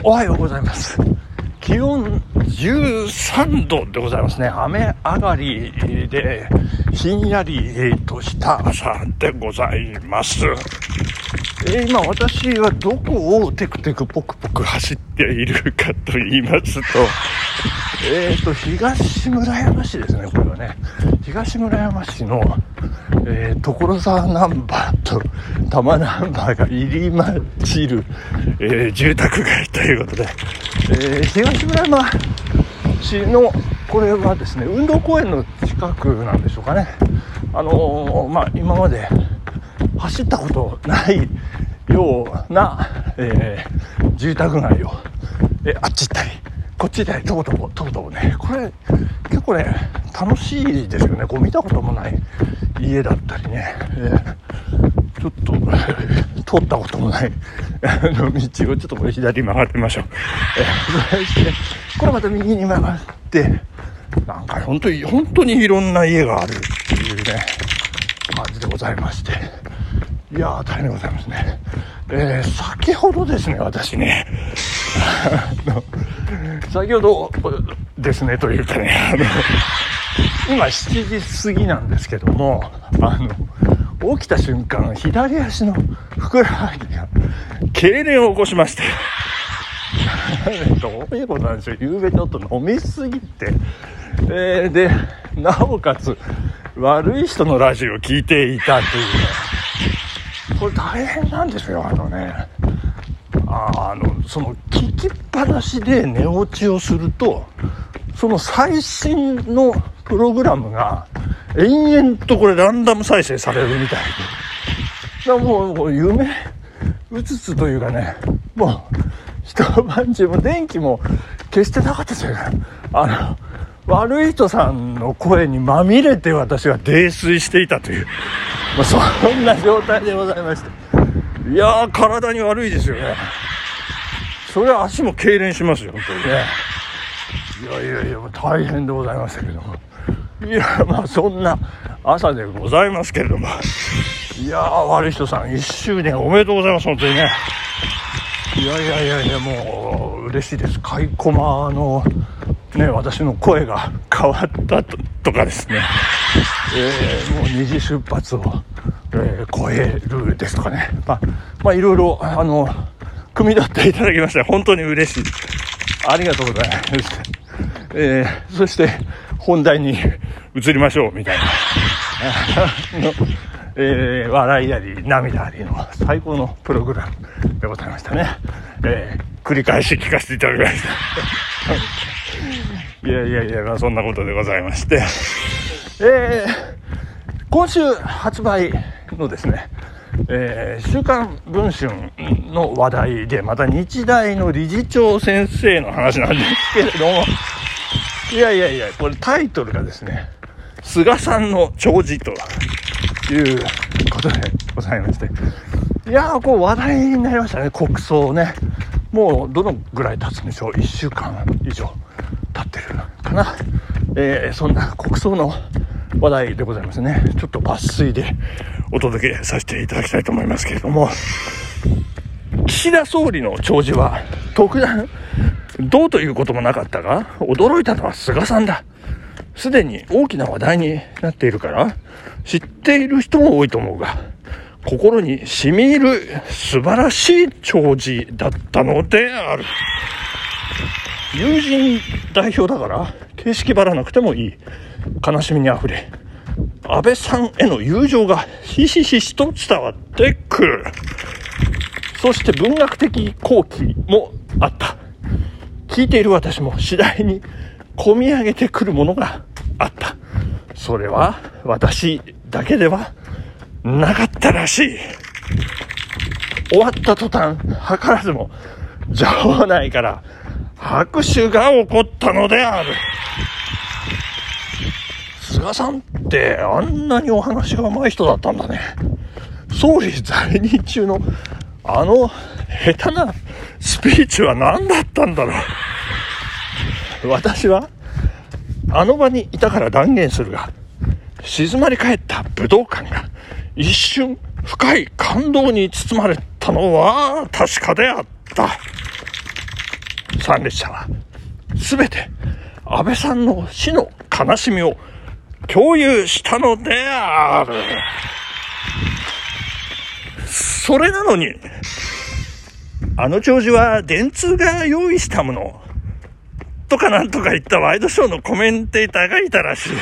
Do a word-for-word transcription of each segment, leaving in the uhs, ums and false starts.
おはようございます。気温じゅうさんどでございますね。雨上がりでひんやりとした朝でございます。えー、今私はどこをテクテクポクポク走っているかと言いますと、えーと東村山市ですね。これはね、東村山市の、えー、所沢ナンバーと多摩ナンバーが入り混じる、えー、住宅街ということで、えー、東村山市のこれはですね、運動公園の近くなんでしょうかね。あのー、まあ今まで走ったことないような、えー、住宅街を、えー、あっち行ったりこっち行ったりとぼとぼとぼとぼね、これ結構ね楽しいですよね。こう見たこともない家だったりね、えー、ちょっと、えー、通ったこともないの道をちょっとこれ左に曲がってみましょう。えー、そしてこれまた右に曲がって、なんか本当に本当にいろんな家があるっていうね感じでございまして、いやー大変でございますね。えー、先ほどですね、私ね先ほどですねというかね、あの今しちじ過ぎなんですけども、あの起きた瞬間左足のふくらはぎが痙攣を起こしましてどういうことなんでしょう。夕べちょっと飲みすぎて、えー、でなおかつ悪い人のラジオを聞いていたというね、これ大変なんですよ。あのね、ああのその聞きっぱなしで寝落ちをすると、その最新のプログラムが延々とこれランダム再生されるみたいで、だからもう、もう夢うつつというかね、もう一晩中も電気も消してなかったですよね。あの悪い人さんの声にまみれて私は泥酔していたという、まあ、そんな状態でございまして、いやー体に悪いですよね。それは足も痙攣しますよ本当にね。いやいやいや大変でございましたけども、いやまあそんな朝でございますけれども、いやー悪い人さんいっしゅうねんおめでとうございます本当にね。いやいやいやいやもう嬉しいです。カイコマのね、私の声が変わったと、とかですね、えー、もうにじ出発を、えー、超えるですとかね、まあ、まあいろいろあの汲み取っていただきまして本当に嬉しい、ありがとうございます。えー、そして本題に移りましょうみたいなの、えー、笑いあり涙ありの最高のプログラムでございましたね。えー、繰り返し聞かせていただきましたいやいやいや、まあそんなことでございまして、えー、今週発売のですね、えー、週刊文春の話題で、また日大の理事長先生の話なんですけれども、いやいやいや、これタイトルがですね、菅さんの弔辞ということでございまして、いやーこう話題になりましたね。国葬ね、もうどのぐらい経つんでしょう。いっしゅうかん以上経ってるかな、えー、そんな国葬の話題でございますね。ちょっと抜粋でお届けさせていただきたいと思いますけれども、岸田総理の弔辞は特段どうということもなかったが、驚いたのは菅さんだ。すでに大きな話題になっているから知っている人も多いと思うが、心に染み入る素晴らしい弔辞だったのである。友人代表だから形式ばらなくてもいい。悲しみにあふれ安倍さんへの友情がひしひしと伝わってくる。そして文学的好奇もあった。聞いている私も次第に込み上げてくるものがあった。それは私だけではなかったらしい。終わった途端図らずも場内から拍手が起こったのである。菅さんってあんなにお話が上手い人だったんだね。総理在任中のあの下手なスピーチは何だったんだろう。私はあの場にいたから断言するが、静まり返った武道館が一瞬深い感動に包まれたのは確かであった。 参列者はすべて安倍さんの死の悲しみを共有したのである。それなのに、あの教授は電通が用意したものとかなんとか言ったワイドショーのコメンテーターがいたらしい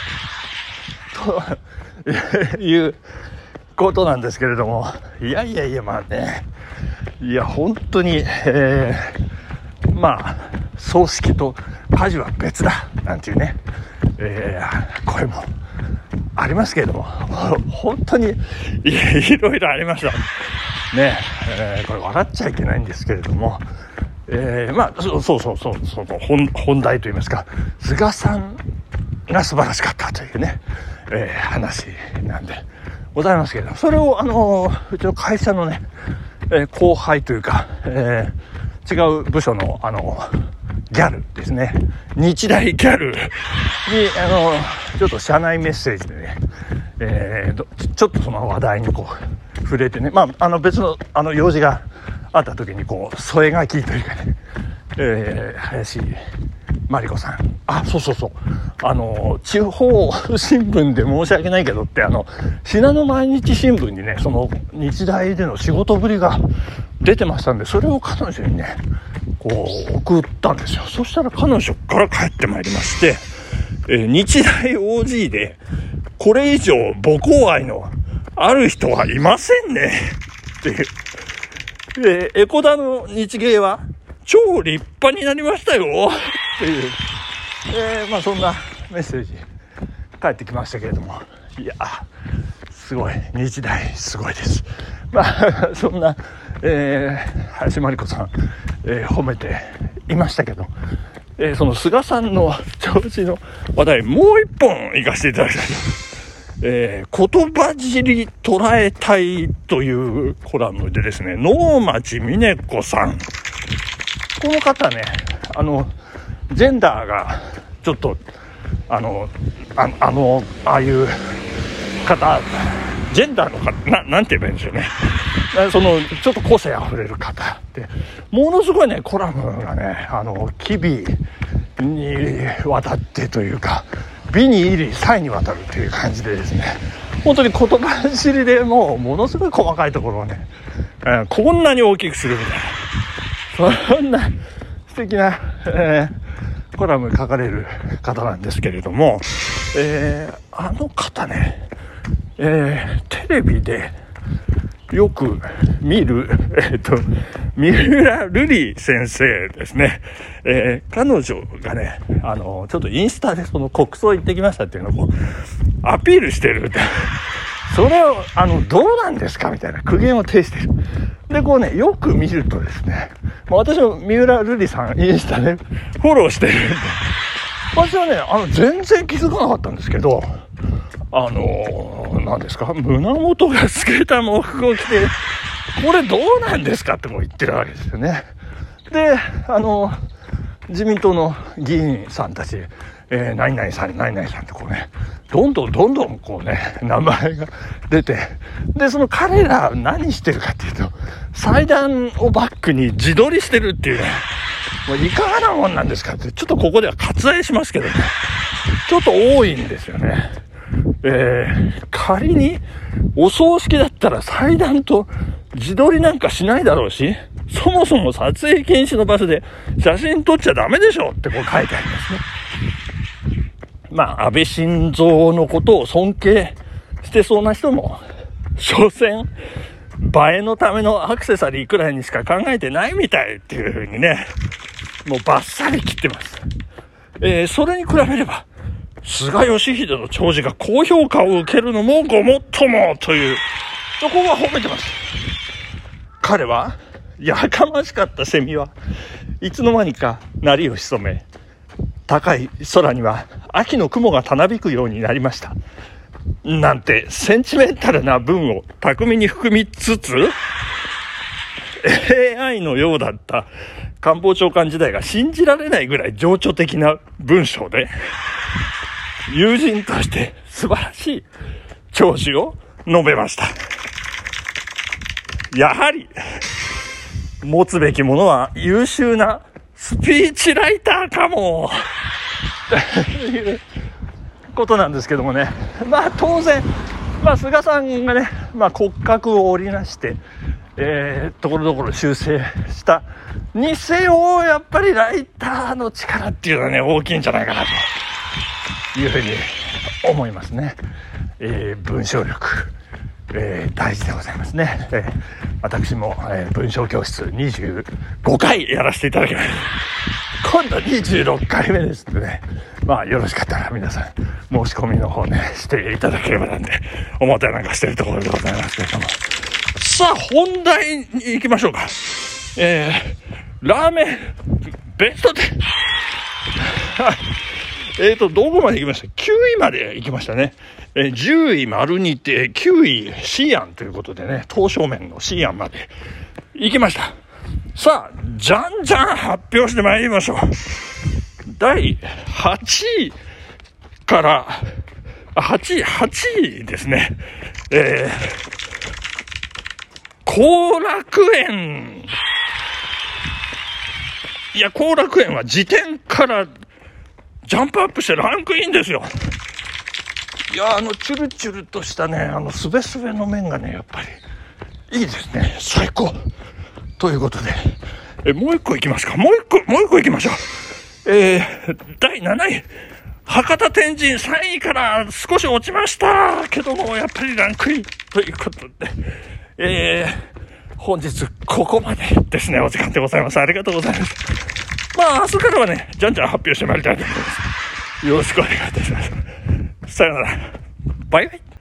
ということなんですけれども、いやいやいや、まあね、いや本当に、えー、まあ葬式と家事は別だなんていうね、えー、声もありますけれども、本当に い, いろいろありましたね。えー、これ笑っちゃいけないんですけれども、えー、まあそうそうそうそうそう 本, 本題といいますか、菅さんが素晴らしかったというね、えー、話なんでございますけれども、それをあのー、うちの会社のね、えー、後輩というか、えー、違う部署のあのギャルですね、日大ギャルにあのちょっと社内メッセージでね、えー、ちょっとその話題にこう触れてね、まああの別のあの用事があった時にこう添え書きというかね、えー、林真理子さん、あ、そうそうそう、あの地方新聞で申し訳ないけどってあの信濃毎日新聞にね、その日大での仕事ぶりが出てましたんで、それを彼女にねこう送ったんですよ。そしたら彼女から帰ってまいりまして、えー、日大 オージー でこれ以上母校愛のある人はいませんねっていう。で、エコダの日芸は超立派になりましたよっていう、えー、まあそんなメッセージ返ってきましたけれども、いやすごい、日大すごいです。まあそんな、えー、林真理子さん、えー、褒めていましたけど、えー、その菅さんの調子の話題もう一本行かせていただきたいと、えー、言葉尻捉えたいというコラムでですね、能町みね子さん、この方ね、あのジェンダーがちょっとあの あ, あのああいう方、ジェンダーの方 な, なんて言えばいいんでしょうね、そのちょっと個性あふれる方ってものすごいね、コラムがね、あの機微にわたってというか、美に入り才にわたるという感じでですね、本当に言葉尻でもうものすごい細かいところをね、えー、こんなに大きくするみたいな、そんな素敵な、えー、コラム書かれる方なんですけれども、えー、あの方ね、えー、テレビでよく見る、えっと、三浦瑠麗先生ですね。えー、彼女がね、あの、ちょっとインスタでその国葬行ってきましたっていうのをこう、アピールしてるみたいな。それを、あの、どうなんですかみたいな苦言を呈してる。で、こうね、よく見るとですね、まあ、私も三浦瑠麗さんインスタでフォローしてるんで、私はね、あの、全然気づかなかったんですけど、あのー、何ですか、胸元が透けた喪服を着て、これどうなんですかってこう言ってるわけですよね。で、あのー、自民党の議員さんたち、えー、何々さん、何々さんってこうね、どんどんどんどんこうね、名前が出て、で、その彼ら何してるかっていうと、祭壇をバックに自撮りしてるっていうね、もういかがなもんなんですかって、ちょっとここでは割愛しますけどね、ちょっと多いんですよね。えー、仮にお葬式だったら祭壇と自撮りなんかしないだろうし、そもそも撮影禁止の場所で写真撮っちゃダメでしょってこう書いてありますね。まあ安倍晋三のことを尊敬してそうな人も、所詮映えのためのアクセサリーくらいにしか考えてないみたいっていう風にね、もうバッサリ切ってます。えー、それに比べれば菅義偉の弔辞が高評価を受けるのもごもっともという、そこは褒めてます。彼はやかましかったセミはいつの間にか鳴りを潜め、高い空には秋の雲がたなびくようになりましたなんてセンチメンタルな文を巧みに含みつつ、 エーアイ のようだった官房長官時代が信じられないぐらい情緒的な文章で、友人として素晴らしい弔辞を述べました。やはり持つべきものは優秀なスピーチライターかもということなんですけどもね。まあ当然、まあ、菅さんがね、まあ、骨格を織りなして、えー、ところどころ修正したにせよ、やっぱりライターの力っていうのはね、大きいんじゃないかなというふうに思いますね。えー、文章力、えー、大事でございますね。えー、私も、えー、文章教室にじゅうごかいやらせていただきます。今度にじゅうろっかいめですのでね、まあよろしかったら皆さん申し込みの方ねしていただければなんで思ったりなんかしてるところでございますけれども、さあ本題に行きましょうか。えー、ラーメンベストテンえーとどこまで行きました？きゅういまで行きましたね。えー、じゅうい丸にてきゅういシーアンということでね、刀削麺のシーアンまで行きました。さあじゃんじゃん発表してまいりましょう。だいはちいからはちいはちいですね。えー、後楽園。いや後楽園は時点からジャンプアップしてランクインですよ。いやあのチュルチュルとしたね、あのすべすべの麺がねやっぱりいいですね。最高ということで、えもう一個いきますか。もう一個もう一個いきましょう。えー、だいなない、博多天神さんいから少し落ちましたけどもやっぱりランクインということで、えー、本日ここまでですね。お時間でございます。ありがとうございます。まあ明日からはねじゃんじゃん発表してまいりたいと思います。よろしくお願いいたします。さよなら。バイバイ。